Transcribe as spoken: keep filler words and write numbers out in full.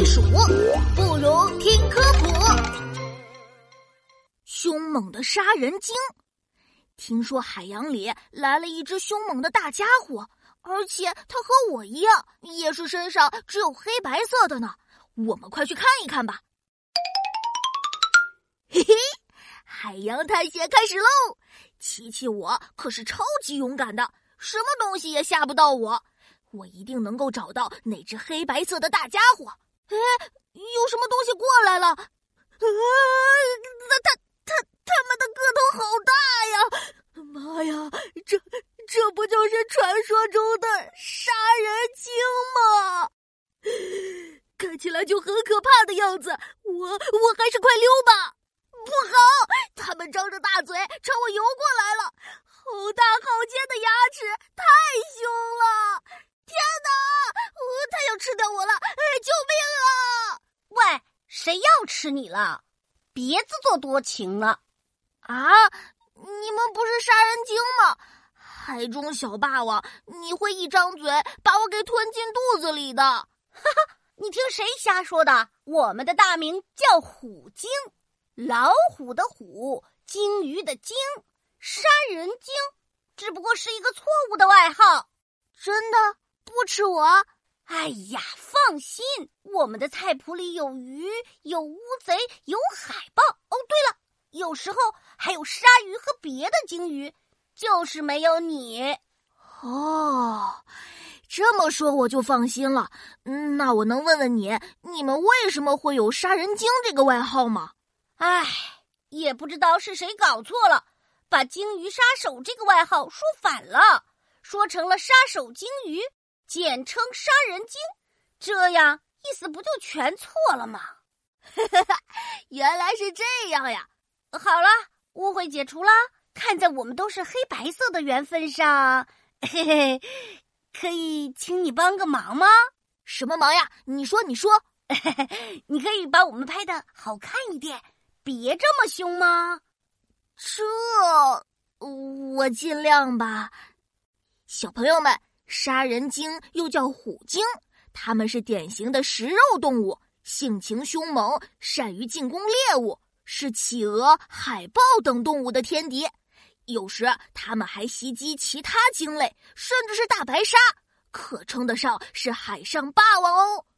避暑，不如听科普。凶猛的杀人鲸。听说海洋里来了一只凶猛的大家伙，而且它和我一样，也是身上只有黑白色的呢。我们快去看一看吧。嘿嘿，海洋探险开始喽！琪琪我可是超级勇敢的，什么东西也吓不到我。我一定能够找到那只黑白色的大家伙。哎，有什么东西过来了？啊，他他他他们的个头好大呀！妈呀，这这不就是传说中的杀人鲸吗？看起来就很可怕的样子，我我还是快溜吧。不好，他们张着大嘴朝我游过来了，好大好尖的牙齿，太凶了！天哪，他要吃掉我了！哎，救命啊！ 喂，谁要吃你了？别自作多情了。 啊，你们不是杀人鲸吗？海中小霸王，你会一张嘴把我给吞进肚子里的。哈哈，你听谁瞎说的？我们的大名叫虎鲸，老虎的虎，鲸鱼的鲸，杀人鲸只不过是一个错误的外号。 真的不吃我？ 哎呀，放心，我们的菜谱里有鱼，有乌贼，有海豹。哦，对了，有时候还有鲨鱼和别的鲸鱼，就是没有你。 哦，这么说我就放心了。嗯，那我能问问你，你们为什么会有杀人鲸这个外号吗？ 唉，也不知道是谁搞错了，把鲸鱼杀手这个外号说反了，说成了杀手鲸鱼，简称杀人鲸，这样意思不就全错了吗？ 原来是这样呀。 好了，误会解除了。看在我们都是黑白色的缘分上，嘿嘿，可以请你帮个忙吗？ 什么忙呀？你说你说。 你可以把我们拍得好看一点，别这么凶吗？ 这我尽量吧。小朋友们，杀人鲸又叫虎鲸，它们是典型的食肉动物，性情凶猛，善于进攻猎物，是企鹅、海豹等动物的天敌。有时它们还袭击其他鲸类，甚至是大白鲨，可称得上是海上霸王哦。